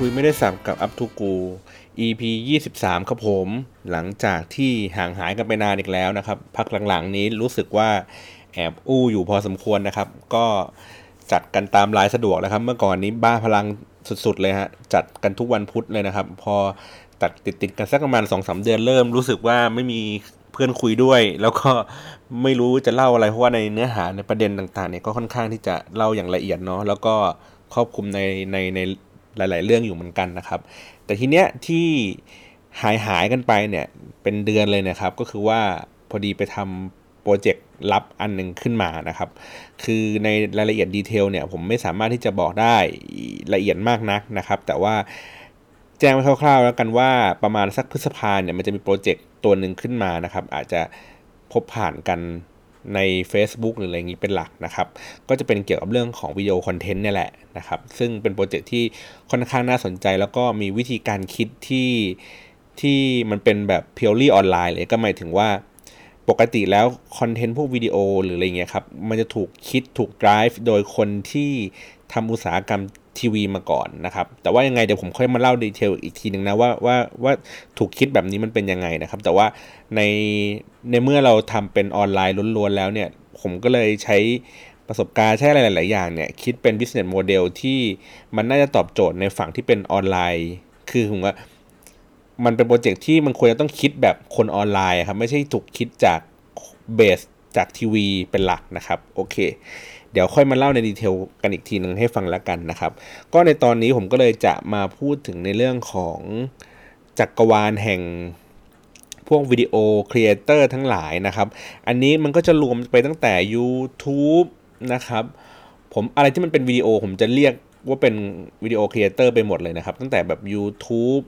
คุยไม่ได้สับกับอัพทูกู EP 23ครับผมหลังจากที่ห่างหายกันไปนานอีกแล้วนะครับพักหลังๆนี้รู้สึกว่าแอบอู้อยู่พอสมควรนะครับก็จัดกันตามรายสะดวกนะครับเมื่อก่อนนี้บ้าพลังสุดๆเลยฮะจัดกันทุกวันพุธเลยนะครับพอตัดติดกันสักประมาณ 2-3 เดือนเริ่มรู้สึกว่าไม่มีเพื่อนคุยด้วยแล้วก็ไม่รู้จะเล่าอะไรเพราะว่าในเนื้อหาในประเด็นต่างๆเนี่ยก็ค่อนข้างที่จะเล่าอย่างละเอียดเนาะแล้วก็ครอบคลุมในหลายๆเรื่องอยู่เหมือนกันนะครับแต่ทีเนี้ยที่หายกันไปเนี่ยเป็นเดือนเลยนะครับก็คือว่าพอดีไปทำโปรเจกต์ลับอันหนึ่งขึ้นมานะครับคือในรายละเอียดดีเทลเนี่ยผมไม่สามารถที่จะบอกได้ละเอียดมากนักนะครับแต่ว่าแจ้งไว้คร่าวๆแล้วกันว่าประมาณสักพฤษภาเนี่ยมันจะมีโปรเจกต์ตัวหนึ่งขึ้นมานะครับอาจจะพบผ่านกันใน Facebook หรืออะไรอย่างนี้เป็นหลักนะครับก็จะเป็นเกี่ยวกับเรื่องของวิดีโอคอนเทนต์นี่แหละนะครับซึ่งเป็นโปรเจกต์ที่ค่อนข้างน่าสนใจแล้วก็มีวิธีการคิดที่มันเป็นแบบ purely ออนไลน์เลยก็หมายถึงว่าปกติแล้วคอนเทนต์พวกวิดีโอหรืออะไรเงี้ยครับมันจะถูกคิดถูก drive โดยคนที่ทำอุตสาหกรรมทีวีมาก่อนนะครับแต่ว่ายังไงเดี๋ยวผมค่อยมาเล่าดีเทลอีกทีนึงนะว่าถูกคิดแบบนี้มันเป็นยังไงนะครับแต่ว่าในเมื่อเราทำเป็นออนไลน์ล้วนๆแล้วเนี่ยผมก็เลยใช้ประสบการณ์ใช้อะไรหลายๆอย่างเนี่ยคิดเป็น business model ที่มันน่าจะตอบโจทย์ในฝั่งที่เป็นออนไลน์คือผมว่ามันเป็นโปรเจกต์ที่มันควรจะต้องคิดแบบคนออนไลน์ครับไม่ใช่ถูกคิดจากเบสจากทีวีเป็นหลักนะครับโอเคเดี๋ยวค่อยมาเล่าในดีเทลกันอีกทีนึงให้ฟังแล้วกันนะครับก็ในตอนนี้ผมก็เลยจะมาพูดถึงในเรื่องของจักรวาลแห่งพวกวิดีโอครีเอเตอร์ทั้งหลายนะครับอันนี้มันก็จะรวมไปตั้งแต่ YouTube นะครับผมอะไรที่มันเป็นวิดีโอผมจะเรียกว่าเป็นวิดีโอครีเอเตอร์ไปหมดเลยนะครับตั้งแต่แบบ YouTube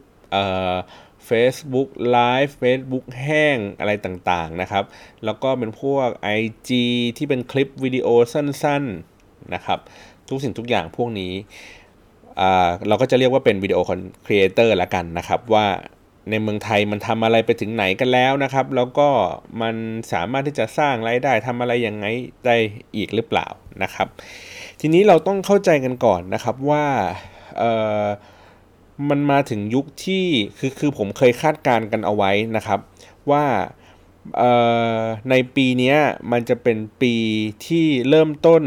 Facebook Live Facebook แห้งอะไรต่างๆนะครับแล้วก็เป็นพวก IG ที่เป็นคลิปวิดีโอสั้นๆนะครับทุกสิ่งทุกอย่างพวกนี้เราก็จะเรียกว่าเป็นวิดีโอครีเอเตอร์ละกันนะครับว่าในเมืองไทยมันทำอะไรไปถึงไหนกันแล้วนะครับแล้วก็มันสามารถที่จะสร้างรายได้ทำอะไรยังไงได้อีกหรือเปล่านะครับทีนี้เราต้องเข้าใจกันก่อนนะครับว่ามันมาถึงยุคที่คือผมเคยคาดการณ์กันเอาไว้นะครับว่าในปีนี้มันจะเป็นปีที่เริ่มต้น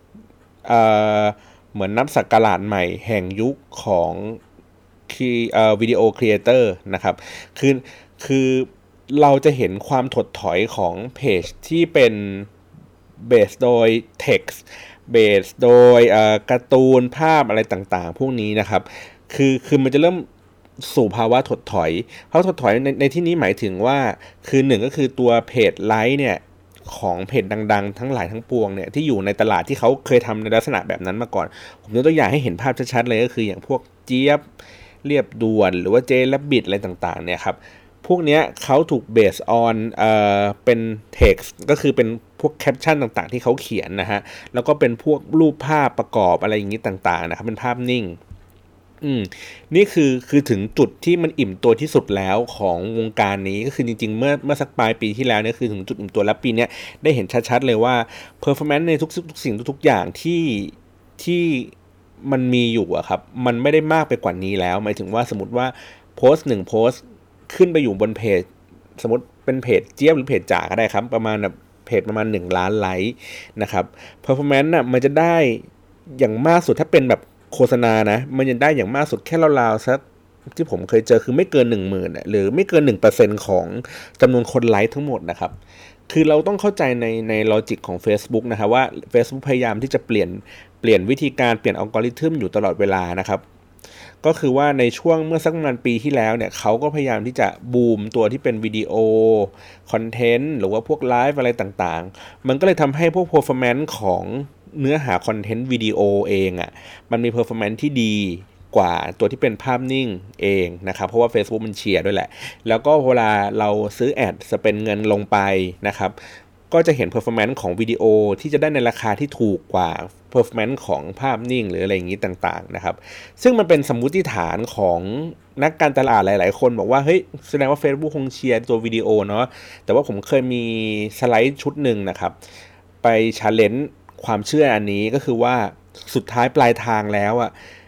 เหมือนนับศักราชใหม่แห่งยุคของวิดีโอครีเอเตอร์นะครับคือเราจะเห็นความถดถอยของเพจที่เป็นเบสโดย text เบสโดยการ์ตูนภาพอะไรต่างๆพวกนี้นะครับคือมันจะเริ่มสู่ภาวะถดถอยเพราะถดถอยในที่นี้หมายถึงว่าคือหนึ่งก็คือตัวเพจไลค์เนี่ยของเพจดังๆทั้งหลายทั้งปวงเนี่ยที่อยู่ในตลาดที่เขาเคยทำในลักษณะแบบนั้นมาก่อนผมยกตัวอย่างให้เห็นภาพชัดๆเลยก็คืออย่างพวกเจี๊ยบเรียบด่วนหรือว่าเจแลบบิทอะไรต่างๆเนี่ยครับพวกเนี้ยเขาถูกเบสออนเป็น text ก็คือเป็นพวกแคปชั่นต่างๆที่เขาเขียนนะฮะแล้วก็เป็นพวกรูปภาพประกอบอะไรอย่างนี้ต่างๆนะครับเป็นภาพนิ่งนี่คือถึงจุดที่มันอิ่มตัวที่สุดแล้วของวงการนี้ก็คือจริงๆเมื่อสักปลายปีที่แล้วเนี่ยคือถึงจุดอิ่มตัวแล้วปีนี้ได้เห็นชัดๆเลยว่า performance ในทุกสิ่งทุกอย่างที่มันมีอยู่อะครับมันไม่ได้มากไปกว่านี้แล้วหมายถึงว่าสมมติว่าโพสต์1โพสต์ขึ้นไปอยู่บนเพจสมมติเป็นเพจเจี๊ยบหรือเพจจ๋าก็ได้ครับประมาณแบบเพจประมาณ1ล้านไลค์นะครับ performance น่ะมันจะได้อย่างมากสุดถ้าเป็นแบบโฆษณานะมันยังได้อย่างมากสุดแค่ราวๆสักที่ผมเคยเจอคือไม่เกิน 10,000 หรือไม่เกิน 1% ของจำนวนคนไลค์ทั้งหมดนะครับคือเราต้องเข้าใจในลอจิกของ Facebook นะครับว่า Facebook พยายามที่จะเปลี่ยนวิธีการเปลี่ยนอัลกอริทึมอยู่ตลอดเวลานะครับก็คือว่าในช่วงเมื่อสักประมาณปีที่แล้วเนี่ยเขาก็พยายามที่จะบูมตัวที่เป็นวิดีโอคอนเทนต์หรือว่าพวกไลฟ์อะไรต่างๆมันก็เลยทำให้พวก performance ของเนื้อหาคอนเทนต์วิดีโอเองอ่ะมันมี performance ที่ดีกว่าตัวที่เป็นภาพนิ่งเองนะครับเพราะว่า Facebook มันเชียร์ด้วยแหละแล้วก็เวลาเราซื้อแอดสเปนเงินลงไปนะครับก็จะเห็น performance ของวิดีโอที่จะได้ในราคาที่ถูกกว่า performance ของภาพนิ่งหรืออะไรอย่างนี้ต่างๆนะครับซึ่งมันเป็นสมมุติฐานของนักการตลาดหลายๆคนบอกว่าเฮ้ยแสดงว่า Facebook คงเชียร์ตัววิดีโอเนาะแต่ว่าผมเคยมีสไลด์ชุดหนึ่งนะครับไปchallengeความเชื่ออันนี้ก็คือว่าสุดท้ายปลายทางแล้วอ่ะ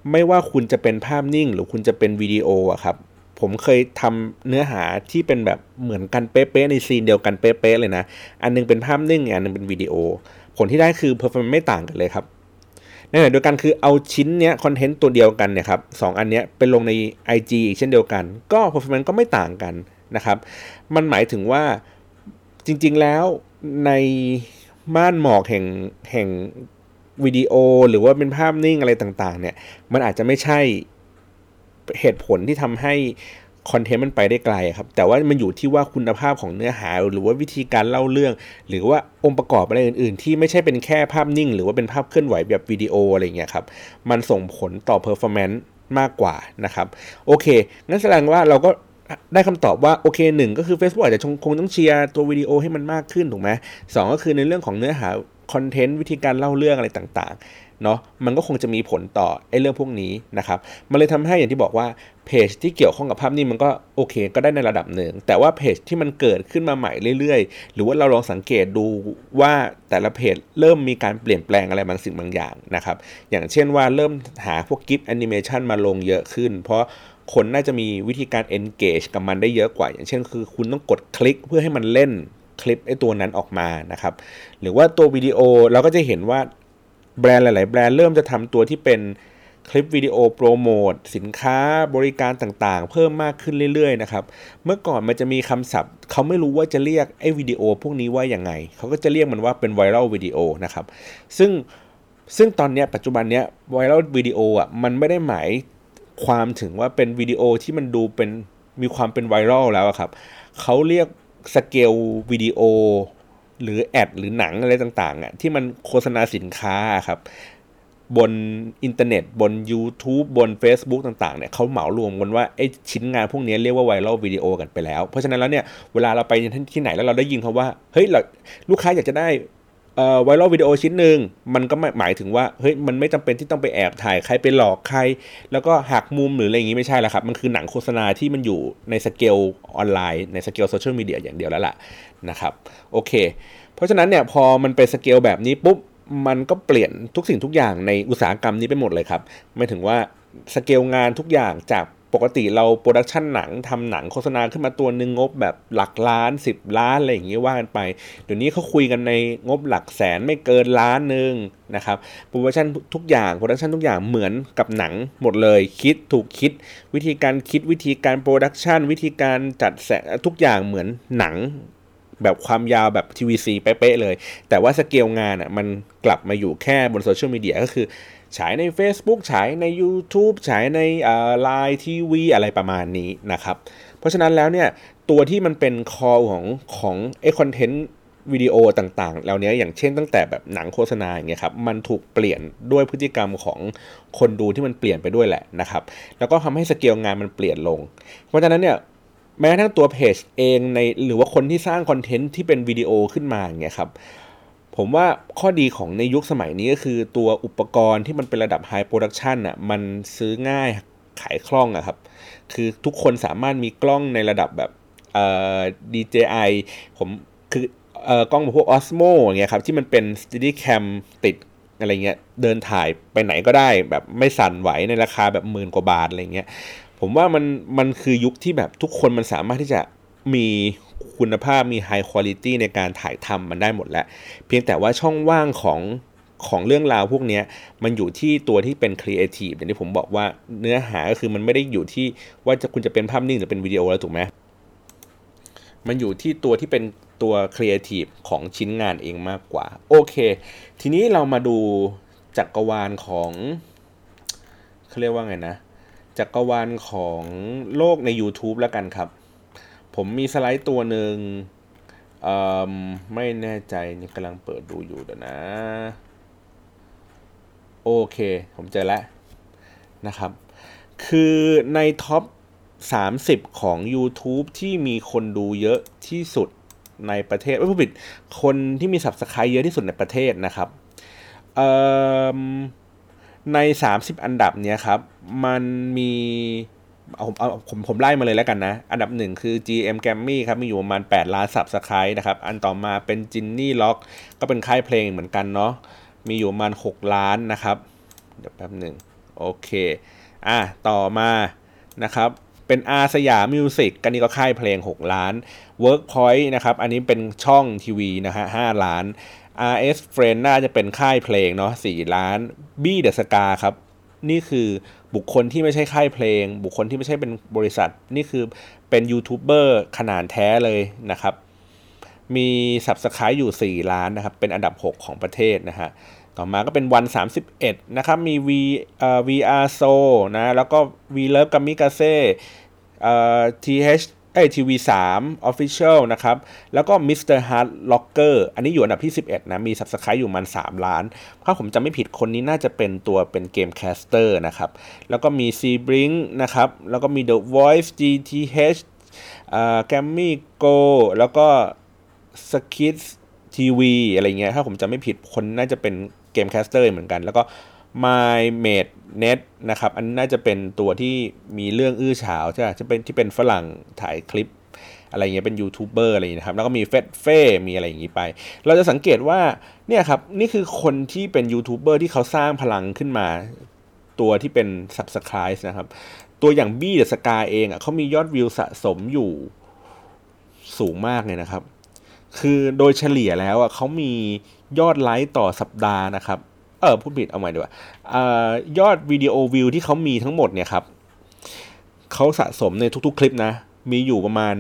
ไม่ว่าคุณจะเป็นภาพนิ่งหรือคุณจะเป็นวิดีโออะครับผมเคยทำเนื้อหาที่เป็นแบบเหมือนกันเป๊ะๆในซีนเดียวกันเป๊ะๆเลยนะอันนึงเป็นภาพนิ่งอันนึงเป็นวิดีโอผลที่ได้คือ performance ไม่ต่างกันเลยครับในขณะเดียวกันคือเอาชิ้นเนี้ยคอนเทนต์ตัวเดียวกันเนี่ยครับสองอันเนี้ยเป็นลงใน IG อีกเช่นเดียวกันก็ performance ก็ไม่ต่างกันนะครับมันหมายถึงว่าจริงๆแล้วในม่านหมอกแห่งวิดีโอหรือว่าเป็นภาพนิ่งอะไรต่างๆเนี่ยมันอาจจะไม่ใช่เหตุผลที่ทำให้คอนเทนต์มันไปได้ไกลครับแต่ว่ามันอยู่ที่ว่าคุณภาพของเนื้อหาหรือว่าวิธีการเล่าเรื่องหรือว่าองค์ประกอบอะไรอื่นๆที่ไม่ใช่เป็นแค่ภาพนิ่งหรือว่าเป็นภาพเคลื่อนไหวแบบวิดีโออะไรเงี้ยครับมันส่งผลต่อ performance มากกว่านะครับโอเคงั้นแสดงว่าเราก็ได้คำตอบว่าโอเคหนึ่งก็คือ Facebook อาจจะคงต้องเชียร์ตัววิดีโอให้มันมากขึ้นถูกไหมสองก็คือในเรื่องของเนื้อหาคอนเทนต์วิธีการเล่าเรื่องอะไรต่างๆเนาะมันก็คงจะมีผลต่อไอ้เรื่องพวกนี้นะครับมันเลยทำให้อย่างที่บอกว่าเพจที่เกี่ยวข้องกับภาพนิ่งมันก็โอเคก็ได้ในระดับหนึ่งแต่ว่าเพจที่มันเกิดขึ้นมาใหม่เรื่อยๆหรือว่าเราลองสังเกตดูว่าแต่ละเพจเริ่มมีการเปลี่ยนแปลงอะไรบางสิ่งบางอย่างนะครับอย่างเช่นว่าเริ่มหาพวกกิฟต์แอนิเมชันมาลงเยอะขึ้นเพราะคนน่าจะมีวิธีการ engage กับมันได้เยอะกว่าอย่างเช่นคือคุณต้องกดคลิกเพื่อให้มันเล่นคลิปไอ้ตัวนั้นออกมานะครับหรือว่าตัววิดีโอเราก็จะเห็นว่าแบรนด์หลายๆแบรนด์เริ่มจะทำตัวที่เป็นคลิปวิดีโอโปรโมทสินค้าบริการต่างๆเพิ่มมากขึ้นเรื่อยๆนะครับเมื่อก่อนมันจะมีคำศัพท์เขาไม่รู้ว่าจะเรียกไอ้วิดีโอพวกนี้ว่าอย่างไงเขาก็จะเรียกมันว่าเป็นไวรัลวิดีโอนะครับซึ่งตอนนี้ปัจจุบันเนี้ยไวรัลวิดีโออ่ะมันไม่ได้หมายความถึงว่าเป็นวิดีโอที่มันดูเป็นมีความเป็นไวรัลแล้วครับเขาเรียกสเกลวิดีโอหรือแอดหรือหนังอะไรต่างๆอ่ะที่มันโฆษณาสินค้าครับบนอินเทอร์เน็ตบน YouTube บน Facebook ต่างๆเนี่ยเขาเหมารวมกันว่าไอ้ชิ้นงานพวกนี้เรียกว่าไวรัลวิดีโอกันไปแล้วเพราะฉะนั้นแล้วเนี่ยเวลาเราไปที่ไหนแล้วเราได้ยินคำว่าเฮ้ยลูกค้าอยากจะได้ไวรัลวิดีโอชิ้นหนึ่งมันก็หมายถึงว่าเฮ้ยมันไม่จำเป็นที่ต้องไปแอบถ่ายใครไปหลอกใครแล้วก็หักมุมหรืออะไรอย่างงี้ไม่ใช่แล้วครับมันคือหนังโฆษณาที่มันอยู่ในสเกลออนไลน์ในสเกลโซเชียลมีเดียอย่างเดียวแล้วล่ะนะครับโอเคเพราะฉะนั้นเนี่ยพอมันเป็นสเกลแบบนี้ปุ๊บมันก็เปลี่ยนทุกสิ่งทุกอย่างในอุตสาหกรรมนี้ไปหมดเลยครับหมายถึงว่าสเกลงานทุกอย่างจากปกติเราโปรดักชันหนังทำหนังโฆษณาขึ้นมาตัวหนึ่งงบแบบหลักล้าน10 ล้านอะไรอย่างนี้ว่ากันไปเดี๋ยวนี้เขาคุยกันในงบหลักแสนไม่เกินล้านนึงนะครับโปรดักชันทุกอย่างโปรดักชันทุกอย่างเหมือนกับหนังหมดเลยถูกคิดวิธีการคิดวิธีการโปรดักชันวิธีการจัดแสงทุกอย่างเหมือนหนังแบบความยาวแบบทีวีซีเป๊ะๆเลยแต่ว่าสเกลงานอ่ะมันกลับมาอยู่แค่บนโซเชียลมีเดียก็คือฉายใน Facebook ฉายใน YouTube ฉายในLine TV อะไรประมาณนี้นะครับเพราะฉะนั้นแล้วเนี่ยตัวที่มันเป็นคอของไอ้คอนเทนต์วิดีโอต่างๆแล้วเนี้ยอย่างเช่นตั้งแต่แบบหนังโฆษณาอย่างเงี้ยครับมันถูกเปลี่ยนด้วยพฤติกรรมของคนดูที่มันเปลี่ยนไปด้วยแหละนะครับแล้วก็ทำให้สเกลงานมันเปลี่ยนลงเพราะฉะนั้นเนี่ยแม้กระทั่งตัวเพจเองในหรือว่าคนที่สร้างคอนเทนต์ที่เป็นวิดีโอขึ้นมาอย่างเงี้ยครับผมว่าข้อดีของในยุคสมัยนี้ก็คือตัวอุปกรณ์ที่มันเป็นระดับไฮโปรดักชันอ่ะมันซื้อง่ายขายคล่องอะครับคือทุกคนสามารถมีกล้องในระดับแบบDJI ผมคือกล้องพวก Osmo อย่างเงี้ยครับที่มันเป็น Steadicam ติดอะไรเงี้ยเดินถ่ายไปไหนก็ได้แบบไม่สั่นไหวในราคาแบบ10,000 กว่าบาทอะไรเงี้ยผมว่ามันคือยุคที่แบบทุกคนมันสามารถที่จะมีคุณภาพมี high quality ในการถ่ายทำมันได้หมดแล้วเพียงแต่ว่าช่องว่างของเรื่องราวพวกนี้มันอยู่ที่ตัวที่เป็นครีเอทีฟอย่างที่ผมบอกว่าเนื้อหาก็คือมันไม่ได้อยู่ที่ว่าคุณจะเป็นภาพนิ่งหรือเป็นวิดีโอแล้วถูกไหมมันอยู่ที่ตัวที่เป็นตัวครีเอทีฟของชิ้นงานเองมากกว่าโอเคทีนี้เรามาดูจักรวาลของเขาเรียกว่าไงนะจักรวาลของโลกใน YouTube แล้วกันครับผมมีสไลด์ตัวหนึ่งไม่แน่ใจนี่กำลังเปิดดูอยู่เดี๋ยวนะโอเคผมเจอแล้วนะครับคือในท็อป30ของ YouTube ที่มีคนดูเยอะที่สุดในประเทศไม่ผิดคนที่มี Subscribe เยอะที่สุดในประเทศนะครับใน30อันดับเนี้ยครับมันมีผมไล่มาเลยแล้วกันนะอันดับ1คือ GM Grammy ครับมีอยู่ประมาณ8 ล้าน Subscribe นะครับอันต่อมาเป็น Ginny Rock ก็เป็นค่ายเพลงเหมือนกันเนาะมีอยู่ประมาณ6 ล้านนะครับเดี๋ยวแป๊บหนึ่งโอเคต่อมานะครับเป็นอาสยามมิวสิกกันนี้ก็ค่ายเพลง6ล้าน Workpoint นะครับอันนี้เป็นช่องทีวีนะฮะ5ล้าน RS Friend น่าจะเป็นค่ายเพลงเนาะ4ล้าน B The Scar ครับนี่คือบุคคลที่ไม่ใช่ค่ายเพลงบุคคลที่ไม่ใช่เป็นบริษัทนี่คือเป็นยูทูบเบอร์ขนาดแท้เลยนะครับมี Subscribe อยู่4ล้านนะครับเป็นอันดับ6ของประเทศนะฮะต่อมาก็เป็นวัน31นะครับมี VR Soul นะแล้วก็ V Love Kamikaze TH TV3 Official นะครับแล้วก็ Mr. Hard Locker อันนี้อยู่อันดับที่11นะมี Subscribe อยู่มัน3ล้านถ้าผมจำไม่ผิดคนนี้น่าจะเป็นตัวเป็นเกมแคสเตอร์นะครับแล้วก็มี Seabrink นะครับแล้วก็มี The Voice GTH Grammy Go แล้วก็ Skits TV อะไรเงี้ยถ้าผมจำไม่ผิดคนน่าจะเป็นเกมแคสเตอร์เหมือนกันแล้วก็ My Made Net นะครับอันน่าจะเป็นตัวที่มีเรื่องอื้อฉาวใช่ไหมจะเป็นที่เป็นฝรั่งถ่ายคลิปอะไรเงี้ยเป็นยูทูบเบอร์อะไรอย่างนี้นะครับแล้วก็มีเฟ่มีอะไรอย่างนี้ไปเราจะสังเกตว่าเนี่ยครับนี่คือคนที่เป็นยูทูบเบอร์ที่เขาสร้างพลังขึ้นมาตัวที่เป็น Subscribe นะครับตัวอย่างบี้เดอะสกาเองเขามียอดวิวสะสมอยู่สูงมากเลยนะครับคือโดยเฉลี่ยแล้วเขามียอดไลค์ต่อสัปดาห์นะครับพูดผิดเอาใหม่ดีกว่ายอดวิดีโอวิวที่เขามีทั้งหมดเนี่ยครับเขาสะสมในทุกๆคลิปนะมีอยู่ประมาณ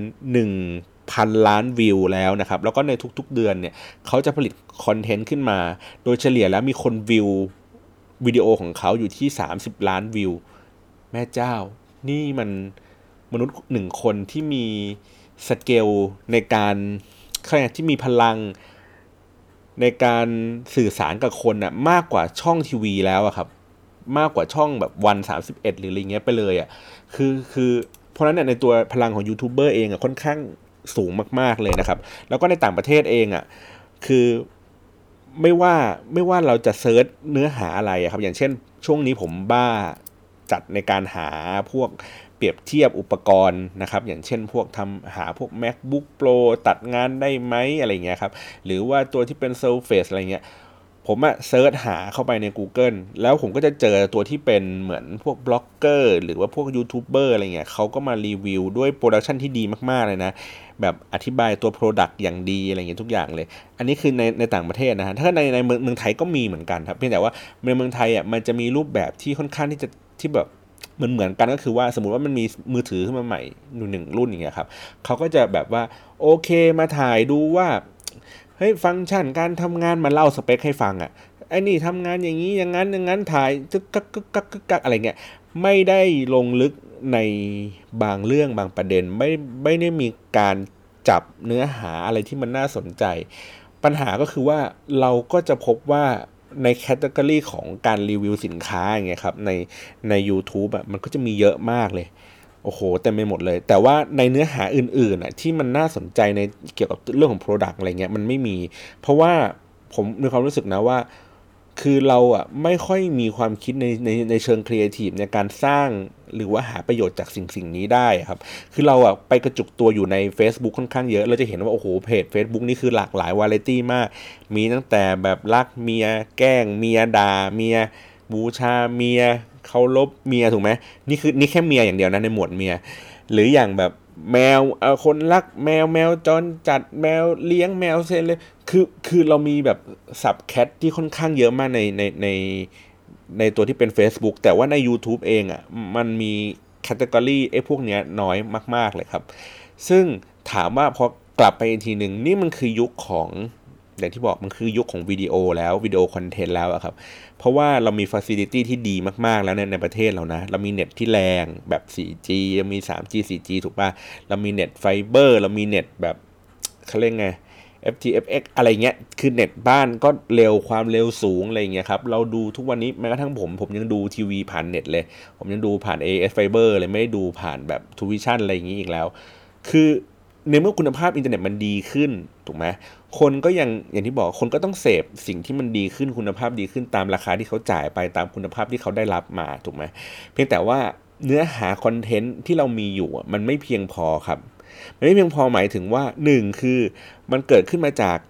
1,000 ล้านวิวแล้วนะครับแล้วก็ในทุกๆเดือนเนี่ยเขาจะผลิตคอนเทนต์ขึ้นมาโดยเฉลี่ยแล้วมีคนวิววิดีโอของเขาอยู่ที่30 ล้านวิวแม่เจ้านี่มันมนุษย์1คนที่มีสเกลในการที่มีพลังในการสื่อสารกับคนมากกว่าช่องทีวีแล้วครับมากกว่าช่องแบบวัน31หรืออะไรเงี้ยไปเลยคือเพราะนั้นในตัวพลังของยูทูบเบอร์เองค่อนข้างสูงมากๆเลยนะครับแล้วก็ในต่างประเทศเองคือไม่ว่าเราจะเซิร์ชเนื้อหาอะไรครับอย่างเช่นช่วงนี้ผมบ้าจัดในการหาพวกเปรียบเทียบอุปกรณ์นะครับอย่างเช่นพวกหาพวก MacBook Pro ตัดงานได้ไหมอะไรเงี้ยครับหรือว่าตัวที่เป็น Surface อะไรเงี้ยผมเซิร์ชหาเข้าไปใน Google แล้วผมก็จะเจอตัวที่เป็นเหมือนพวกบล็อกเกอร์หรือว่าพวกยูทูบเบอร์อะไรเงี้ยเขาก็มารีวิวด้วยโปรดักชันที่ดีมากๆเลยนะแบบอธิบายตัว Product อย่างดีอะไรเงี้ยทุกอย่างเลยอันนี้คือในต่างประเทศนะฮะถ้าในเมืองไทยก็มีเหมือนกันครับเพียงแต่ว่าในเมืองไทยมันจะมีรูปแบบที่ค่อนข้างที่แบบเหมือนกันก็คือว่าสมมุติว่ามันมีมือถือขึ้นมาใหม่1รุ่นอย่างเงี้ยครับเขาก็จะแบบว่าโอเคมาถ่ายดูว่าเฮ้ยฟังก์ชันการทำงานมาเล่าสเปคให้ฟังไอ้นี่ทำงานอย่างนี้อย่างนั้นถ่ายกึกอะไรเงี้ยไม่ได้ลงลึกในบางเรื่องบางประเด็นไม่ได้มีการจับเนื้อหาอะไรที่มันน่าสนใจปัญหาก็คือว่าเราก็จะพบว่าในแคตตากรีของการรีวิวสินค้าอย่างเงี้ยครับใน YouTube มันก็จะมีเยอะมากเลยโอ้โหเต็มไปหมดเลยแต่ว่าในเนื้อหาอื่นๆที่มันน่าสนใจในเกี่ยวกับเรื่องของ Product อะไรเงี้ยมันไม่มีเพราะว่าผมมีความรู้สึกนะว่าคือเราไม่ค่อยมีความคิดในเชิงครีเอทีฟในการสร้างหรือว่าหาประโยชน์จากสิ่งนี้ได้ครับคือเราไปกระจุกตัวอยู่ใน Facebook ค่อนข้างเยอะเราจะเห็นว่าโอ้โหเพจ Facebook นี่คือหลากหลายวาไรตี้มากมีตั้งแต่แบบรักเมียแกล้งเมียด่าเมียบูชาเมียเคารพเมียถูกไหมนี่แค่เมียอย่างเดียวนะในหมวดเมียหรืออย่างแบบแมวคนรักแมวจรจัดแมวเลี้ยงแมวเซนเลยคือเรามีแบบสับแคทที่ค่อนข้างเยอะมากในตัวที่เป็น Facebook แต่ว่าใน YouTube เองมันมีแคตตากรีพวกนี้น้อยมากๆเลยครับซึ่งถามว่าพอกลับไปอีกทีหนึ่งนี่มันคือยุคของอย่างที่บอกมันคือยุคของวิดีโอแล้ววิดีโอคอนเทนต์แล้วครับเพราะว่าเรามีฟาซิลิตี้ที่ดีมากๆแล้วในประเทศเรานะเรามีเน็ตที่แรงแบบ 4G เรามี 3G 4G ถูกป่ะเรามีเน็ตไฟเบอร์เรามีเน็ตแบบเขาเรียกไง FTFX อะไรเงี้ยคือเน็ตบ้านก็เร็วความเร็วสูงอะไรเงี้ยครับเราดูทุกวันนี้แม้กระทั่งผมยังดูทีวีผ่านเน็ตเลยผมยังดูผ่าน AS Fiber เลยไม่ได้ดูผ่านแบบทูวิชั่นอะไรอย่างงี้อีกแล้วคือในเมื่อคุณภาพอินเทอร์เน็ตมันดีขึ้นถูกไหมคนก็อย่างที่บอกคนก็ต้องเสพสิ่งที่มันดีขึ้นคุณภาพดีขึ้นตามราคาที่เขาจ่ายไปตามคุณภาพที่เขาได้รับมาถูกไหมเพียงแต่ว่าเนื้อหาคอนเทนต์ที่เรามีอยู่มันไม่เพียงพอครับมันไม่เพียงพอหมายถึงว่า1คือมันเกิดขึ้นมาจาก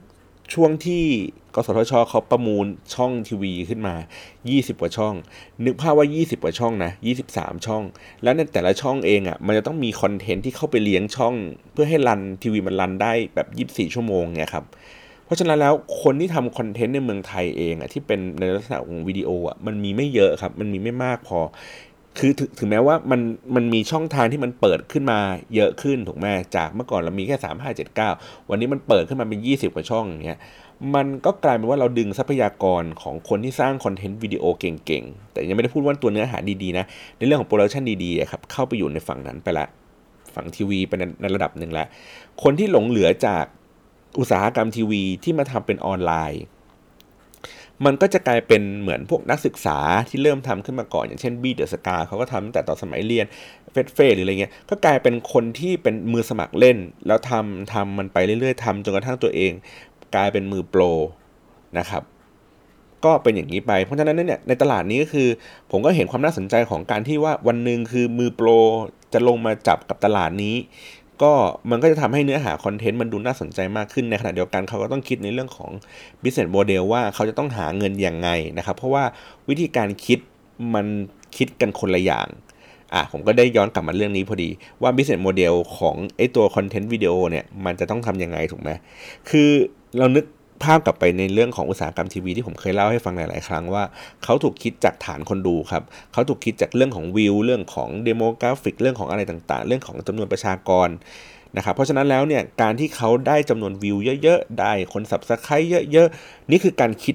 ช่วงที่กสทชเขาประมูลช่องทีวีขึ้นมา20กว่าช่องนึกภาพว่า20กว่าช่องนะ23ช่องแล้วในแต่ละช่องเองอ่ะมันจะต้องมีคอนเทนต์ที่เข้าไปเลี้ยงช่องเพื่อให้รันทีวีมันรันได้แบบ24ชั่วโมงเนี่ยครับเพราะฉะนั้นแล้วคนที่ทำคอนเทนต์ในเมืองไทยเองอ่ะที่เป็นในลักษณะของวิดีโออ่ะมันมีไม่เยอะครับมันมีไม่มากพอคือถึงแม้ว่ามันมีช่องทางที่มันเปิดขึ้นมาเยอะขึ้นถูกไหมจากเมื่อก่อนเรามีแค่3579วันนี้มันเปิดขึ้นมาเป็น20กว่าช่องอย่างเงี้ยมันก็กลายเป็นว่าเราดึงทรัพยากรของคนที่สร้างคอนเทนต์วิดีโอเก่งๆแต่ยังไม่ได้พูดว่าตัวเนื้อหาดีๆนะในเรื่องของโปรดักชันดีๆครับเข้าไปอยู่ในฝั่งนั้นไปละฝั่งทีวีไปในระดับหนึ่งแล้วคนที่หลงเหลือจากอุตสาหกรรมทีวีที่มาทำเป็นออนไลน์มันก็จะกลายเป็นเหมือนพวกนักศึกษาที่เริ่มทำขึ้นมาก่อนอย่างเช่นบี้เดอะสกาเขาก็ทำตั้งแต่ตอนสมัยเรียนเฟหรืออะไรเงี้ยก็กลายเป็นคนที่เป็นมือสมัครเล่นแล้วทำมันไปเรื่อยๆทำจนกระทั่งตัวเองกลายเป็นมือโปรนะครับก็เป็นอย่างนี้ไปเพราะฉะนั้นเนี่ยในตลาดนี้ก็คือผมก็เห็นความน่าสนใจของการที่ว่าวันหนึ่งคือมือโปรจะลงมาจับกับตลาดนี้ก็มันก็จะทำให้เนื้อหาคอนเทนต์มันดูน่าสนใจมากขึ้นในขณะเดียวกันเขาก็ต้องคิดในเรื่องของ business model ว่าเขาจะต้องหาเงินยังไงนะครับเพราะว่าวิธีการคิดมันคิดกันคนละอย่างผมก็ได้ย้อนกลับมาเรื่องนี้พอดีว่า business model ของไอ้ตัวคอนเทนต์วิดีโอเนี่ยมันจะต้องทำยังไงถูกไหมคือเรานึกภาพกลับไปในเรื่องของอุตสาหกรรมทีวีที่ผมเคยเล่าให้ฟังหลายๆครั้งว่าเขาถูกคิดจากฐานคนดูครับเขาถูกคิดจากเรื่องของวิวเรื่องของเดโมกราฟิกเรื่องของอะไรต่างๆเรื่องของจำนวนประชากรนะครับเพราะฉะนั้นแล้วเนี่ยการที่เขาได้จำนวนวิวเยอะๆได้คน Subscribe เยอะๆนี่คือการคิด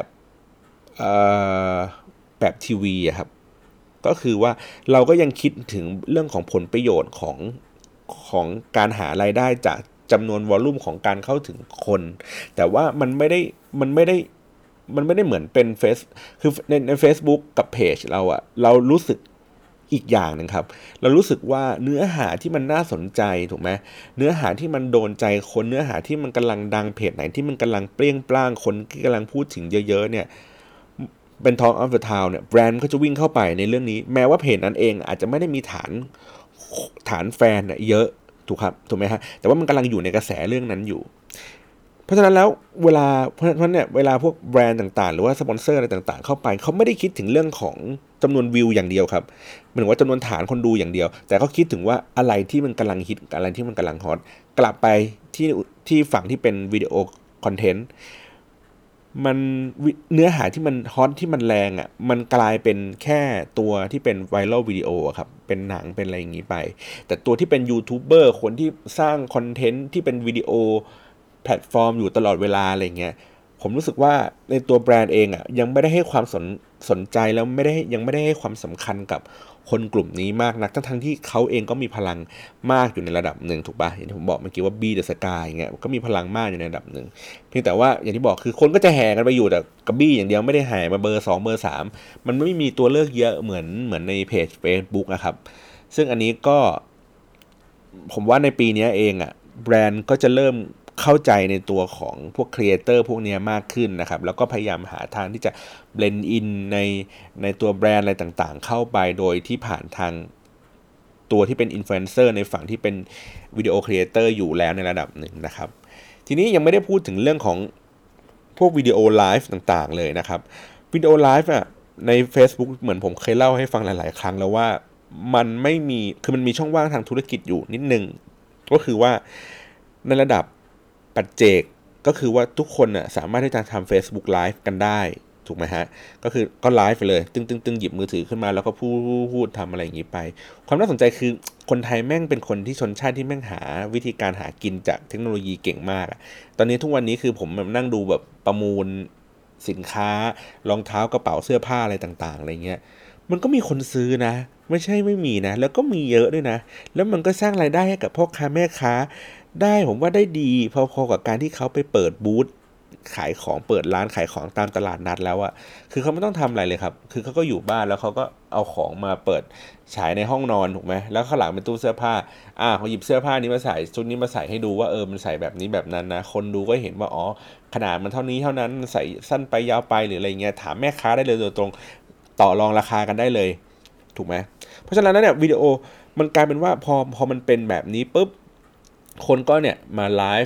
แบบทีวีครับก็คือว่าเราก็ยังคิดถึงเรื่องของผลประโยชน์ของการหารายได้จากจำนวนวอลลุ่มของการเข้าถึงคนแต่ว่ามันไม่ได้เหมือนเป็นคือใน Facebook กับเพจเรารู้สึกอีกอย่างนึงครับเรารู้สึกว่าเนื้อหาที่มันน่าสนใจถูกไหมเนื้อหาที่มันโดนใจคนเนื้อหาที่มันกำลังดังเพจไหนที่มันกำลังเปรี้ยงปร้างคนที่กำลังพูดถึงเยอะๆเนี่ยเป็น Talk of the Town เนี่ยแบรนด์ก็จะวิ่งเข้าไปในเรื่องนี้แม้ว่าเพจนั้นเองอาจจะไม่ได้มีฐานแฟนเยอะถูกไหมฮะแต่ว่ามันกำลังอยู่ในกระแสเรื่องนั้นอยู่เพราะฉะนั้นแล้วเพราะฉะนั้นเนี่ยเวลาพวกแบรนด์ต่างๆหรือว่าสปอนเซอร์อะไรต่างๆเข้าไปเขาไม่ได้คิดถึงเรื่องของจำนวนวิวอย่างเดียวครับหมายถึงว่าจำนวนฐานคนดูอย่างเดียวแต่เขาคิดถึงว่าอะไรที่มันกำลังฮิตอะไรที่มันกำลังฮอตกลับไปที่ฝั่งที่เป็นวิดีโอคอนเทนต์มันเนื้อหาที่มันฮอตที่มันแรงมันกลายเป็นแค่ตัวที่เป็นไวรัลวิดีโอครับเป็นหนังเป็นอะไรอย่างนี้ไปแต่ตัวที่เป็นยูทูบเบอร์คนที่สร้างคอนเทนต์ที่เป็นวิดีโอแพลตฟอร์มอยู่ตลอดเวลาอะไรเงี้ยผมรู้สึกว่าในตัวแบรนด์เองยังไม่ได้ให้ความสนใจแล้วยังไม่ได้ให้ความสำคัญกับคนกลุ่มนี้มากนักทั้งที่เขาเองก็มีพลังมากอยู่ในระดับหนึ่งถูกป่ะอย่างที่ผมบอกเมื่อกี้ว่าบีเดอะสกายอย่างเงี้ยก็มีพลังมากอยู่ในระดับหนึ่งเพียงแต่ว่าอย่างที่บอกคือคนก็จะแห่กันไปอยู่แต่กับบี้อย่างเดียวไม่ได้แห่มาเบอร์2เบอร์3มันไม่มีตัวเลือกเยอะเหมือนในเพจ Facebook นะครับซึ่งอันนี้ก็ผมว่าในปีนี้เองแบรนด์ก็จะเริ่มเข้าใจในตัวของพวกครีเอเตอร์พวกนี้มากขึ้นนะครับแล้วก็พยายามหาทางที่จะเบลนด์อินในตัวแบรนด์อะไรต่างๆเข้าไปโดยที่ผ่านทางตัวที่เป็นอินฟลูเอนเซอร์ในฝั่งที่เป็นวิดีโอครีเอเตอร์อยู่แล้วในระดับหนึ่งนะครับทีนี้ยังไม่ได้พูดถึงเรื่องของพวกวิดีโอไลฟ์ต่างๆเลยนะครับวิดีโอไลฟ์ใน Facebook เหมือนผมเคยเล่าให้ฟังหลายๆครั้งแล้วว่ามันมีช่องว่างทางธุรกิจอยู่นิดนึงก็คือว่าในระดับปัจเจกก็คือว่าทุกคนสามารถที่จะทำ Facebook Live กันได้ถูกไหมฮะก็ไลฟ์ไปเลยตึงหยิบมือถือขึ้นมาแล้วก็พูดทำอะไรอย่างนี้ไปความน่าสนใจคือคนไทยแม่งเป็นคนที่ชนชาติที่แม่งหาวิธีการหากินจากเทคโนโลยีเก่งมากตอนนี้ทุกวันนี้คือผมนั่งดูแบบประมูลสินค้ารองเท้ากระเป๋าเสื้อผ้าอะไรต่างๆอะไรเงี้ยมันก็มีคนซื้อนะไม่ใช่ไม่มีนะแล้วก็มีเยอะด้วยนะแล้วมันก็สร้างรายได้ให้กับพ่อค้าแม่ค้าได้ผมว่าได้ดีพอๆกับการที่เขาไปเปิดบูธขายของเปิดร้านขายของตามตลาดนัดแล้วคือเขาไม่ต้องทำอะไรเลยครับคือเขาก็อยู่บ้านแล้วเขาก็เอาของมาเปิดฉายในห้องนอนถูกไหมแล้วข้างหลังเป็นตู้เสื้อผ้าเขาหยิบเสื้อผ้านี้มาใส่ชุดนี้มาใส่ให้ดูว่ามันใส่แบบนี้แบบนั้นนะคนดูก็เห็นว่าขนาดมันเท่านี้เท่านั้นใส่สั้นไปยาวไปหรืออะไรเงี้ยถามแม่ค้าได้เลยโดยตรงต่อรองราคากันได้เลยถูกไหมเพราะฉะนั้นแล้วเนี่ยวิดีโอมันกลายเป็นว่าพอมันเป็นแบบนี้ปุ๊บคนก็เนี่ยมาไลฟ์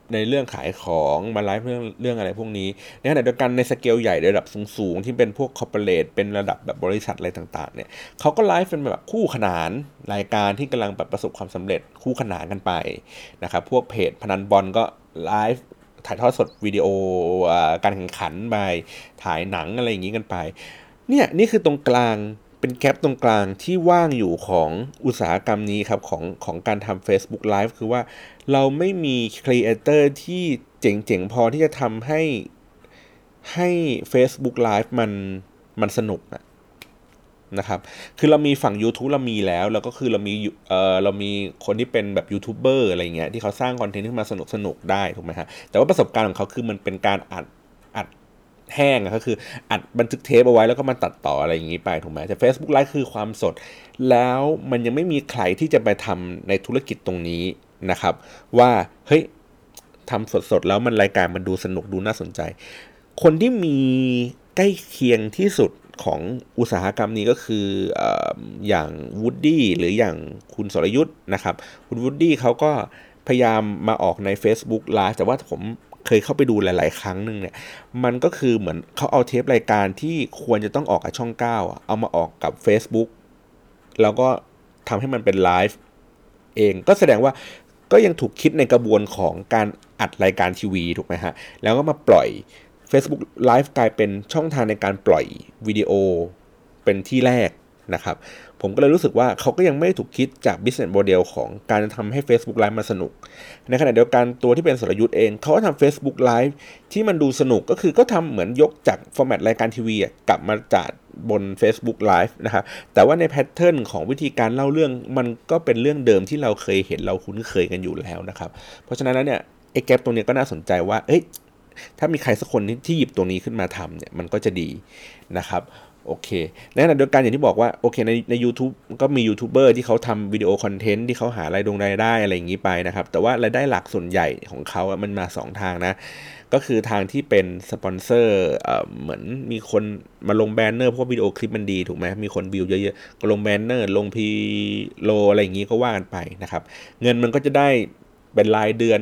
ในเรื่องขายของมาไลฟ์เรื่องอะไรพวกนี้ในขณะเดียวกันในสเกลใหญ่ระดับสูงๆที่เป็นพวกคอร์ปอเรทเป็นระดับแบบบริษัทอะไรต่างๆเนี่ยเขาก็ไลฟ์เป็นแบบคู่ขนานรายการที่กำลังแบบประสบความสำเร็จคู่ขนานกันไปนะครับพวกเพจพนันบอลก็ไลฟ์ถ่ายทอดสดวิดีโอการแข่งขันไปถ่ายหนังอะไรอย่างนี้กันไปเนี่ยนี่คือตรงกลางเป็นแกปตรงกลางที่ว่างอยู่ของอุตสาหกรรมนี้ครับของการทำ Facebook Live คือว่าเราไม่มีครีเอเตอร์ที่เจ๋งๆพอที่จะทำให้ Facebook Live มันสนุกนะครับคือเรามีฝั่ง YouTube เรามีแล้วก็คือเรามีคนที่เป็นแบบยูทูบเบอร์อะไรเงี้ยที่เขาสร้างคอนเทนต์ขึ้นมาสนุกได้ถูกไหมฮะแต่ว่าประสบการณ์ของเขาคือมันเป็นการอัดแห้งก็คืออัดบันทึกเทปเอาไว้แล้วก็มาตัดต่ออะไรอย่างนี้ไปถูกไหมแต่ Facebook Live คือความสดแล้วมันยังไม่มีใครที่จะไปทำในธุรกิจตรงนี้นะครับว่าเฮ้ยทำสดๆแล้วมันรายการมันดูสนุกดูน่าสนใจคนที่มีใกล้เคียงที่สุดของอุตสาหกรรมนี้ก็คืออย่างวูดดี้หรืออย่างคุณสรยุทธ์นะครับคุณวูดดี้เขาก็พยายามมาออกใน Facebook Live แต่ว่าผมเคยเข้าไปดูหลายๆครั้งนึงเนี่ยมันก็คือเหมือนเขาเอาเทปรายการที่ควรจะต้องออกกับช่อง9เอามาออกกับ Facebook แล้วก็ทำให้มันเป็นไลฟ์เองก็แสดงว่าก็ยังถูกคิดในกระบวนของการอัดรายการทีวีถูกไหมฮะแล้วก็มาปล่อยFacebook Live กลายเป็นช่องทางในการปล่อยวิดีโอเป็นที่แรกนะครับผมก็เลยรู้สึกว่าเขาก็ยังไม่ถูกคิดจาก business model ของการทำให้ Facebook Live มาสนุกในขณะเดียวกันตัวที่เป็นสรยุทธ์เองเขาก็ทำ Facebook Live ที่มันดูสนุกก็คือก็ทำเหมือนยกจากฟอร์แมตรายการทีวีกลับมาจัดบน Facebook Live นะครับแต่ว่าในแพทเทิร์นของวิธีการเล่าเรื่องมันก็เป็นเรื่องเดิมที่เราเคยเห็นเราคุ้นเคยกันอยู่แล้วนะครับเพราะฉะนั้นแล้วเนี่ยไอ้แกปตรงนี้ก็น่าสนใจว่าถ้ามีใครสักคนที่หยิบตัวนี้ขึ้นมาทำเนี่ยมันก็จะดีนะครับโอเคในขณะเดียวกันอย่างที่บอกว่าโอเคใน YouTube ก็มียูทูบเบอร์ที่เขาทำวิดีโอคอนเทนต์ที่เขาหารายได้อะไรอย่างนี้ไปนะครับแต่ว่ารายได้หลักส่วนใหญ่ของเขามันมา2ทางนะก็คือทางที่เป็นสปอนเซอร์เหมือนมีคนมาลงแบนเนอร์เพราะวิดีโอคลิปมันดีถูกไหมมีคนวิวเยอะๆก็ลงแบนเนอร์ลงพีโลอะไรอย่างนี้ก็ว่ากันไปนะครับเงินมันก็จะได้เป็นรายเดือน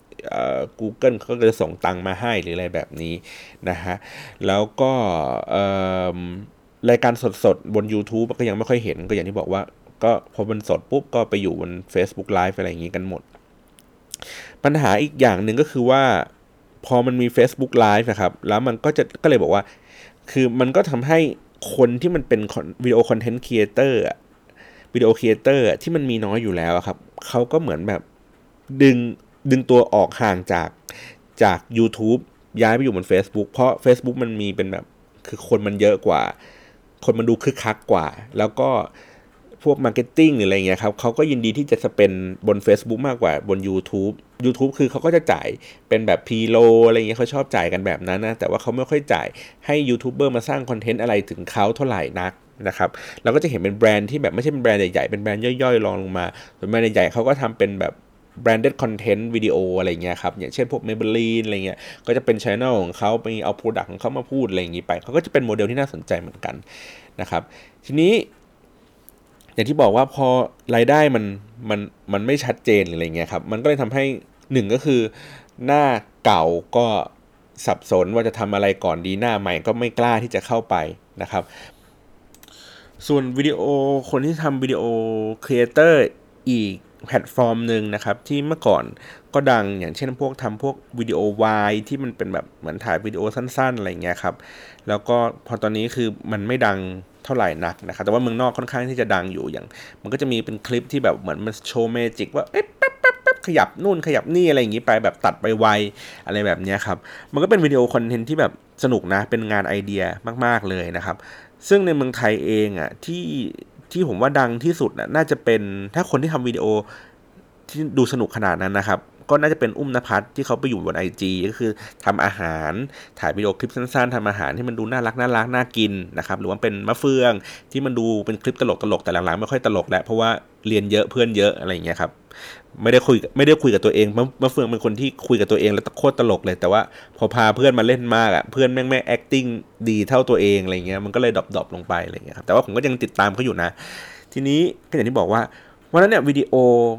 Google เขาก็จะส่งตังมาให้หรืออะไรแบบนี้นะฮะแล้วก็รายการสดๆบน YouTube ก็ยังไม่ค่อยเห็นก็อย่างที่บอกว่าก็พอมันสดปุ๊บก็ไปอยู่บน Facebook Live อะไรอย่างนี้กันหมดปัญหาอีกอย่างหนึ่งก็คือว่าพอมันมี Facebook Live นะครับแล้วมันก็เลยบอกว่าคือมันก็ทำให้คนที่มันเป็นวิดีโอคอนเทนต์ครีเอเตอร์วิดีโอครีเอเตอร์ที่มันมีน้อยอยู่แล้วครับเขาก็เหมือนแบบดึงตัวออกห่างจาก YouTube ย้ายไปอยู่บน Facebook เพราะ Facebook มันมีเป็นแบบคือคนมันเยอะกว่าคนมันดูคึกคักกว่าแล้วก็พวกมาร์เก็ตติ้งหรืออะไรเงี้ยครับเขาก็ยินดีที่จะสเปนบน Facebook มากกว่าบน YouTube คือเขาก็จะจ่ายเป็นแบบพีโลอะไรเงี้ยเขาชอบจ่ายกันแบบนั้นนะแต่ว่าเขาไม่ค่อยจ่ายให้ยูทูบเบอร์มาสร้างคอนเทนต์อะไรถึงเขาเท่าไหร่นักนะครับเราก็จะเห็นเป็นแบรนด์ที่แบบไม่ใช่เป็นแบรนด์ใหญ่ๆเป็นแบรนด์ย่อยๆรองลงมาส่วนแบรนด์ใหญ่ๆเขาก็ทำเป็นแบบbranded content วิดีโออะไรเงี้ยครับอย่างเช่นพวก Maybelline อะไรเงี้ยก็จะเป็น channel ของเขาไปเอา product ของเขามาพูดอะไรอย่างงี้ไปเขาก็จะเป็นโมเดลที่น่าสนใจเหมือนกันนะครับทีนี้อย่างที่บอกว่าพอรายได้มันไม่ชัดเจนหรืออะไรเงี้ยครับมันก็เลยทำให้1ก็คือหน้าเก่าก็สับสนว่าจะทำอะไรก่อนดีหน้าใหม่ก็ไม่กล้าที่จะเข้าไปนะครับส่วนวิดีโอคนที่ทำวิดีโอครีเอเตอร์อีกแพลตฟอร์มหนึ่งนะครับที่เมื่อก่อนก็ดังอย่างเช่นพวกทำพวกวิดีโอวายที่มันเป็นแบบเหมือนถ่ายวิดีโอสั้นๆอะไรเงี้ยครับแล้วก็พอตอนนี้คือมันไม่ดังเท่าไหร่นักนะครับแต่ว่าเมืองนอกค่อนข้างที่จะดังอยู่อย่างมันก็จะมีเป็นคลิปที่แบบเหมือนมันโชว์เมจิกว่าแป๊บขยับนู่นขยับนี่อะไรอย่างนี้ไปแบบตัดไปไวอะไรแบบนี้ครับมันก็เป็นวิดีโอคอนเทนต์ที่แบบสนุกนะเป็นงานไอเดียมากๆเลยนะครับซึ่งในเมืองไทยเองที่ผมว่าดังที่สุดน่าจะเป็นถ้าคนที่ทำวิดีโอที่ดูสนุกขนาดนั้นนะครับก็น่าจะเป็นอุ้มนภัสที่เขาไปอยู่บน IG ก็คือทำอาหารถ่ายวิดีโอคลิปสั้นๆทำอาหารที่มันดูน่ารักน่ากินนะครับหรือว่าเป็นมะเฟืองที่มันดูเป็นคลิปตลกแต่หลังๆไม่ค่อยตลกแล้วเพราะว่าเรียนเยอะเพื่อนเยอะอะไรอย่างเงี้ยครับไม่ได้คุยกับตัวเองมะเฟืองเป็นคนที่คุยกับตัวเองแล้วโคตรตลกเลยแต่ว่าพอพาเพื่อนมาเล่นมากเพื่อนแม่งไม่ acting ดีเท่าตัวเองอะไรเงี้ยมันก็เลยดรอปลงไปอะไรเงี้ยครับแต่ว่าผมก็ยังติดตามเขาอยู่นะทีนี้ก็อย่างที่บอกว่าวันนั้นเนี่ยวิดีโอ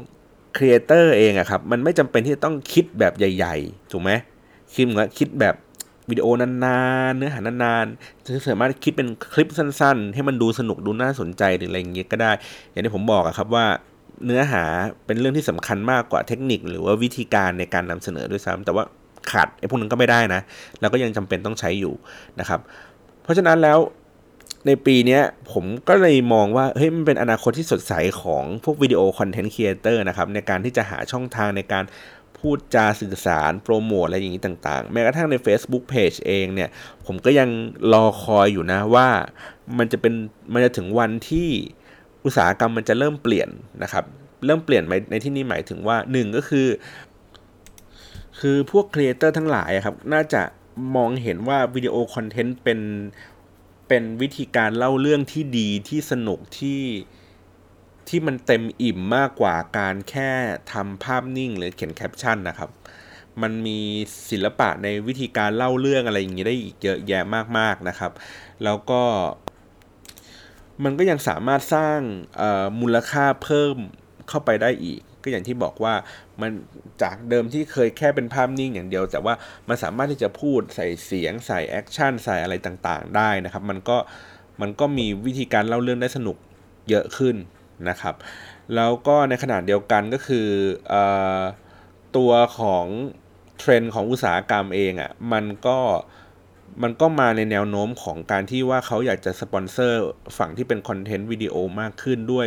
ครีเอเตอร์เองอะครับมันไม่จำเป็นที่จะต้องคิดแบบใหญ่ๆถูกไหมคิดแบบวิดีโอนานๆเนื้อหานานๆสามารถคิดเป็นคลิปสั้นๆให้มันดูสนุกดูน่าสนใจหรืออะไรอย่างเงี้ยก็ได้อย่างที่ผมบอกอะครับว่าเนื้อหาเป็นเรื่องที่สำคัญมากกว่าเทคนิคหรือว่าวิธีการในการนำเสนอด้วยซ้ำแต่ว่าขาดไอ้พวกนั้นก็ไม่ได้นะแล้วก็ยังจำเป็นต้องใช้อยู่นะครับเพราะฉะนั้นแล้วในปีนี้ผมก็เลยมองว่าเฮ้ยมันเป็นอนาคตที่สดใสของพวกวิดีโอคอนเทนต์ครีเอเตอร์นะครับในการที่จะหาช่องทางในการพูดจาสื่อสารโปรโมทอะไรอย่างนี้ต่างๆแม้กระทั่งใน Facebook Page เองเนี่ยผมก็ยังรอคอยอยู่นะว่ามันจะถึงวันที่อุตสาหกรรมมันจะเริ่มเปลี่ยนนะครับเริ่มเปลี่ยนในที่นี้หมายถึงว่า1ก็คือพวกครีเอเตอร์ทั้งหลายครับน่าจะมองเห็นว่าวิดีโอคอนเทนต์เป็นวิธีการเล่าเรื่องที่ดีที่สนุกที่มันเต็มอิ่มมากกว่าการแค่ทำภาพนิ่งหรือเขียนแคปชั่นนะครับมันมีศิลปะในวิธีการเล่าเรื่องอะไรอย่างนี้ได้อีกเยอะแยะมากๆนะครับแล้วก็มันก็ยังสามารถสร้างมูลค่าเพิ่มเข้าไปได้อีกก็อย่างที่บอกว่ามันจากเดิมที่เคยแค่เป็นภาพนิ่งอย่างเดียวแต่ว่ามันสามารถที่จะพูดใส่เสียงใส่แอคชั่นใส่อะไรต่างๆได้นะครับมันก็มีวิธีการเล่าเรื่องได้สนุกเยอะขึ้นนะครับแล้วก็ในขณะเดียวกันก็คือตัวของเทรนด์ของอุตสาหกรรมเองอ่ะมันก็มาในแนวโน้มของการที่ว่าเขาอยากจะสปอนเซอร์ฝั่งที่เป็นคอนเทนต์วิดีโอมากขึ้นด้วย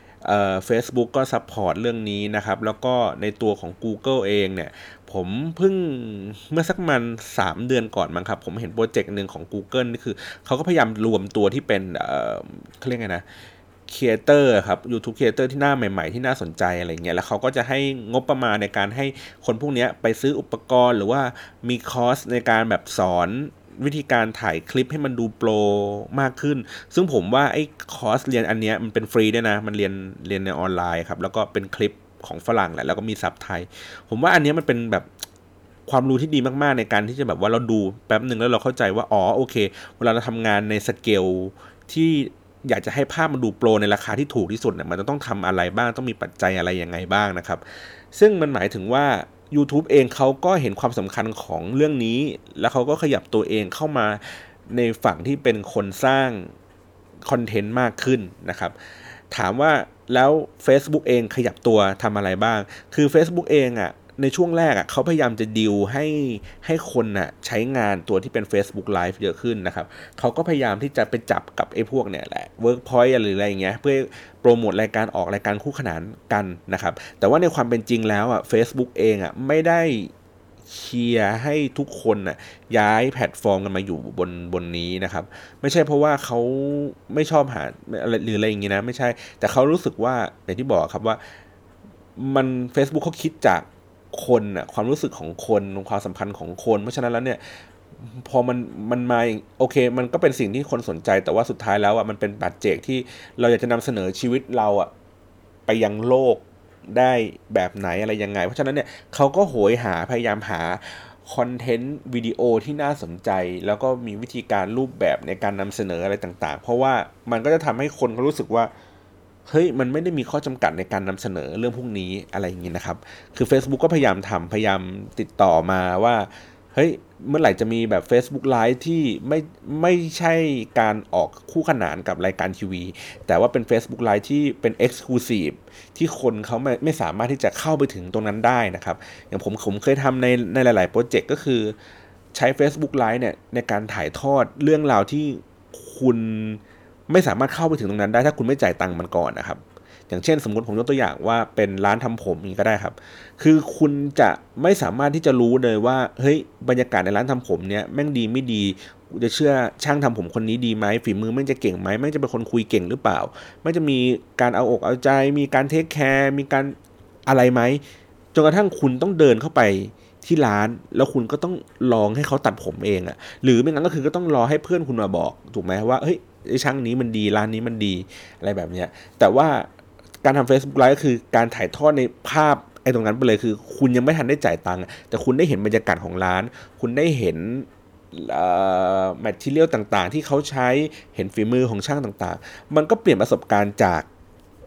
Facebook ก็ซัพพอร์ตเรื่องนี้นะครับแล้วก็ในตัวของ Google เองเนี่ยผมเพิ่งเมื่อสักมัน3 เดือนก่อนมั้งครับผมเห็นโปรเจกต์หนึ่งของ Google นี่คือเขาก็พยายามรวมตัวที่เป็นเขาเรียกไงนะครีเอเตอร์ครับ YouTube ครีเอเตอร์ที่หน้าใหม่ๆที่น่าสนใจอะไรเงี้ยแล้วเขาก็จะให้งบประมาณในการให้คนพวกนี้ไปซื้ออุปกรณ์หรือว่ามีคอร์สในการแบบสอนวิธีการถ่ายคลิปให้มันดูโปรมากขึ้นซึ่งผมว่าไอ้คอร์สเรียนอันเนี้ยมันเป็นฟรีด้วยนะมันเรียนในออนไลน์ครับแล้วก็เป็นคลิปของฝรั่งแหละแล้วก็มีซับไทยผมว่าอันเนี้ยมันเป็นแบบความรู้ที่ดีมากๆในการที่จะแบบว่าเราดูแป๊บหนึ่งแล้วเราเข้าใจว่าอ๋อโอเคเวลาเราทำงานในสเกลที่อยากจะให้ภาพมันดูโปรในราคาที่ถูกที่สุดเนี่ยมันจะต้องทำอะไรบ้างต้องมีปัจจัยอะไรยังไงบ้างนะครับซึ่งมันหมายถึงว่า YouTube เองเขาก็เห็นความสำคัญของเรื่องนี้แล้วเขาก็ขยับตัวเองเข้ามาในฝั่งที่เป็นคนสร้างคอนเทนต์มากขึ้นนะครับถามว่าแล้ว Facebook เองขยับตัวทำอะไรบ้างคือ Facebook เองอ่ะในช่วงแรกอ่ะเขาพยายามจะดีลให้คนน่ะใช้งานตัวที่เป็น Facebook Live เยอะขึ้นนะครับเขาก็พยายามที่จะไปจับกับไอ้พวกเนี่ยแหละ Workpoint หรืออะไรอย่างเงี้ยเพื่อโปรโมทรายการออกรายการคู่ขนานกันนะครับแต่ว่าในความเป็นจริงแล้วอ่ะ Facebook เองอ่ะไม่ได้เชียร์ให้ทุกคนน่ะย้ายแพลตฟอร์มกันมาอยู่บนนี้นะครับไม่ใช่เพราะว่าเขาไม่ชอบหาอะไรหรืออะไรอย่างงี้นะไม่ใช่แต่เขารู้สึกว่าอย่างที่บอกครับว่ามัน Facebook เขาคิดจากคนน่ะความรู้สึกของคนความสัมพันธ์ของคนเพราะฉะนั้นแล้วเนี่ยพอมันมาโอเคมันก็เป็นสิ่งที่คนสนใจแต่ว่าสุดท้ายแล้วอ่ะมันเป็นปัจเจกที่เราอยากจะนำเสนอชีวิตเราอ่ะไปยังโลกได้แบบไหนอะไรยังไงเพราะฉะนั้นเนี่ยเขาก็โหยหาพยายามหาคอนเทนต์วิดีโอที่น่าสนใจแล้วก็มีวิธีการรูปแบบในการนำเสนออะไรต่างๆเพราะว่ามันก็จะทำให้คนเขารู้สึกว่าเฮ้ยมันไม่ได้มีข้อจำกัดในการนำเสนอเรื่องพวกนี้อะไรอย่างนี้นะครับคือ Facebook ก็พยายามติดต่อมาว่าเฮ้ยเมื่อไหร่จะมีแบบ Facebook Live ที่ไม่ใช่การออกคู่ขนานกับรายการทีวีแต่ว่าเป็น Facebook Live ที่เป็น Exclusive ที่คนเขาไม่สามารถที่จะเข้าไปถึงตรงนั้นได้นะครับอย่างผมเคยทำในหลายๆโปรเจกต์ก็คือใช้ Facebook Live เนี่ยในการถ่ายทอดเรื่องราวที่คุณไม่สามารถเข้าไปถึงตรงนั้นได้ถ้าคุณไม่จ่ายตังค์มันก่อนนะครับอย่างเช่นสมมติผมยกตัวอย่างว่าเป็นร้านทำผมนี้ก็ได้ครับคือคุณจะไม่สามารถที่จะรู้เลยว่าเฮ้ยบรรยากาศในร้านทำผมเนี้ยแม่งดีไม่ดีจะเชื่อช่างทำผมคนนี้ดีไหมฝีมือแม่งจะเก่งไหมแม่งจะเป็นคนคุยเก่งหรือเปล่าแม่งจะมีการเอาอกเอาใจมีการเทคแคร์มีการอะไรไหมจนกระทั่งคุณต้องเดินเข้าไปที่ร้านแล้วคุณก็ต้องลองให้เขาตัดผมเองอะหรือไม่งั้นก็คือก็ต้องรอให้เพื่อนคุณมาบอกถูกไหมว่าเฮ้ยไอ้ช่างนี้มันดีร้านนี้มันดีอะไรแบบเนี้ยแต่ว่าการทำ Facebook Live ก็คือการถ่ายทอดในภาพไอ้ตรงนั้นไปเลยคือคุณยังไม่ทันได้จ่ายตังค์แต่คุณได้เห็นบรรยากาศของร้านคุณได้เห็นแมททีเรียลต่างๆที่เขาใช้เห็นฝีมือของช่างต่างๆมันก็เปลี่ยนประสบการณ์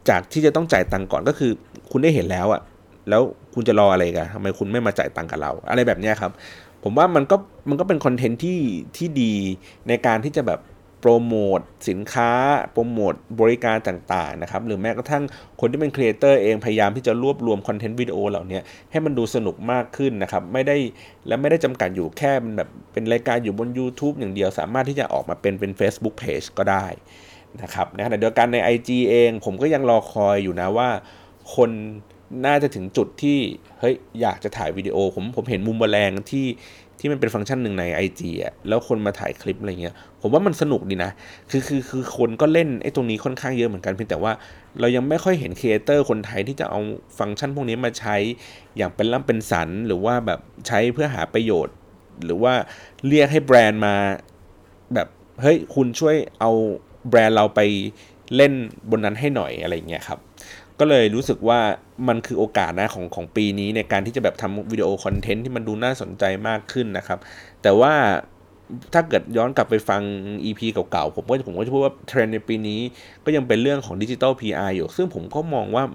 จากที่จะต้องจ่ายตังค์ก่อนก็คือคุณได้เห็นแล้วอะแล้วคุณจะรออะไรกันทำไมคุณไม่มาจ่ายตังค์กับเราอะไรแบบนี้ครับผมว่ามันก็เป็นคอนเทนต์ที่ดีในการที่จะแบบโปรโมทสินค้าโปรโมทบริการต่างๆนะครับหรือแม้กระทั่งคนที่เป็นครีเอเตอร์เองพยายามที่จะรวบรวมคอนเทนต์วิดีโอเหล่านี้ให้มันดูสนุกมากขึ้นนะครับไม่ได้จำกัดอยู่แค่แบบเป็นรายการอยู่บน YouTube อย่างเดียวสามารถที่จะออกมาเป็น Facebook Page ก็ได้นะครับในขณะเดียวกันใน IG เองผมก็ยังรอคอยอยู่นะว่าคนน่าจะถึงจุดที่เฮ้ยอยากจะถ่ายวิดีโอผมเห็นมุมแมลงที่มันเป็นฟังก์ชันหนึ่งใน IG อ่ะแล้วคนมาถ่ายคลิปอะไรเงี้ยผมว่ามันสนุกดีนะคือคนก็เล่นไอ้ตรงนี้ค่อนข้างเยอะเหมือนกันเพียงแต่ว่าเรายังไม่ค่อยเห็นครีเอเตอร์คนไทยที่จะเอาฟังก์ชันพวกนี้มาใช้อย่างเป็นล่ำเป็นสันหรือว่าแบบใช้เพื่อหาประโยชน์หรือว่าเรียกให้แบรนด์มาแบบเฮ้ยคุณช่วยเอาแบรนด์เราไปเล่นบนนั้นให้หน่อยอะไรเงี้ยครับก็เลยรู้สึกว่ามันคือโอกาสนะของปีนี้ในการที่จะแบบทำวิดีโอคอนเทนต์ที่มันดูน่าสนใจมากขึ้นนะครับแต่ว่าถ้าเกิดย้อนกลับไปฟัง EP เก่าๆผมก็จะพูดว่าเทรนด์ในปีนี้ก็ยังเป็นเรื่องของ Digital PR อยู่ซึ่งผมก็มองว่า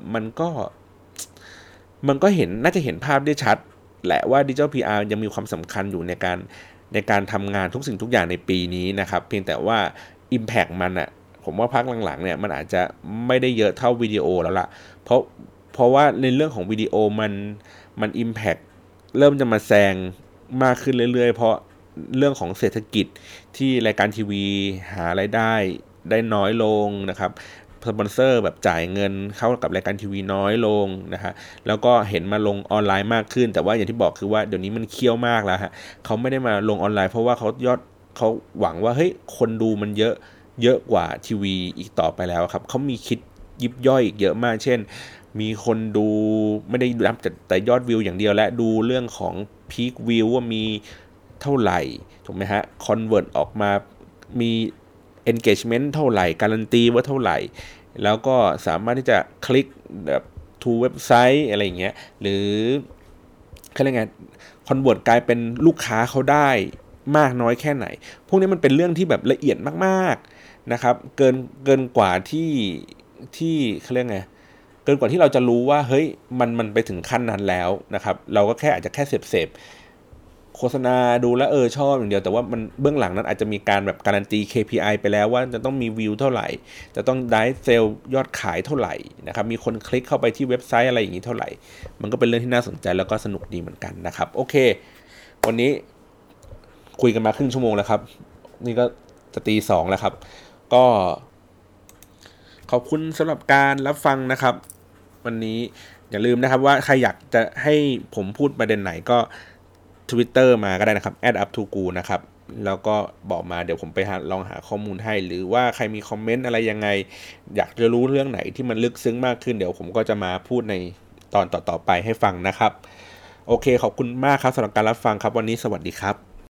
มันก็น่าจะเห็นภาพได้ชัดแหละว่า Digital PR ยังมีความสำคัญอยู่ในการทำงานทุกสิ่งทุกอย่างในปีนี้นะครับเพียงแต่ว่า Impact มันอะผมว่าพักหลังๆเนี่ยมันอาจจะไม่ได้เยอะเท่าวิดีโอแล้วล่ะเพราะว่าในเรื่องของวิดีโอมัน Impact เริ่มจะมาแซงมากขึ้นเรื่อยๆเพราะเรื่องของเศรษฐกิจที่รายการทีวีหารายได้น้อยลงนะครับสปอนเซอร์แบบจ่ายเงินเข้ากับรายการทีวีน้อยลงนะฮะแล้วก็เห็นมาลงออนไลน์มากขึ้นแต่ว่าอย่างที่บอกคือว่าเดี๋ยวนี้มันเคี่ยวมากแล้วฮะเขาไม่ได้มาลงออนไลน์เพราะว่าเขาหวังว่าเฮ้ยคนดูมันเยอะกว่าทีวีอีกต่อไปแล้วครับเขามีคิดยิบย่อยอีกเยอะมากเช่นมีคนดูไม่ได้รับแต่ยอดวิวอย่างเดียวและดูเรื่องของพีควิวว่ามีเท่าไหร่ถูกไหมฮะคอนเวิร์ตออกมามี engagement เท่าไหร่การันตีว่าเท่าไหร่แล้วก็สามารถที่จะคลิกแบบ to เว็บไซต์อะไรอย่างเงี้ยหรือเขาเรียกไงคอนเวิร์ตกลายเป็นลูกค้าเขาได้มากน้อยแค่ไหนพวกนี้มันเป็นเรื่องที่แบบละเอียดมากๆนะครับเกินกว่าที่เขาเรียกไงเกินกว่าที่เราจะรู้ว่าเฮ้ยมันไปถึงขั้นนั้นแล้วนะครับเราก็อาจจะแค่เสพโฆษณาดูแล้วชอบอย่างเดียวแต่ว่ามันเบื้องหลังนั้นอาจจะมีการแบบการันตี KPI ไปแล้วว่าจะต้องมีวิวเท่าไหร่จะต้องได้เซลล์ยอดขายเท่าไหร่นะครับมีคนคลิกเข้าไปที่เว็บไซต์อะไรอย่างนี้เท่าไหร่มันก็เป็นเรื่องที่น่าสนใจแล้วก็สนุกดีเหมือนกันนะครับโอเควันนี้คุยกันมาครึ่งชั่วโมงแล้วครับนี่ก็จะตี 2แล้วครับก็ขอบคุณสำหรับการรับฟังนะครับวันนี้อย่าลืมนะครับว่าใครอยากจะให้ผมพูดประเด็นไหนก็Twitter มาก็ได้นะครับ @uptogo นะครับแล้วก็บอกมาเดี๋ยวผมไปลองหาข้อมูลให้หรือว่าใครมีคอมเมนต์อะไรยังไงอยากจะรู้เรื่องไหนที่มันลึกซึ้งมากขึ้นเดี๋ยวผมก็จะมาพูดในตอนต่อๆไปให้ฟังนะครับโอเคขอบคุณมากครับสำหรับการรับฟังครับวันนี้สวัสดีครับ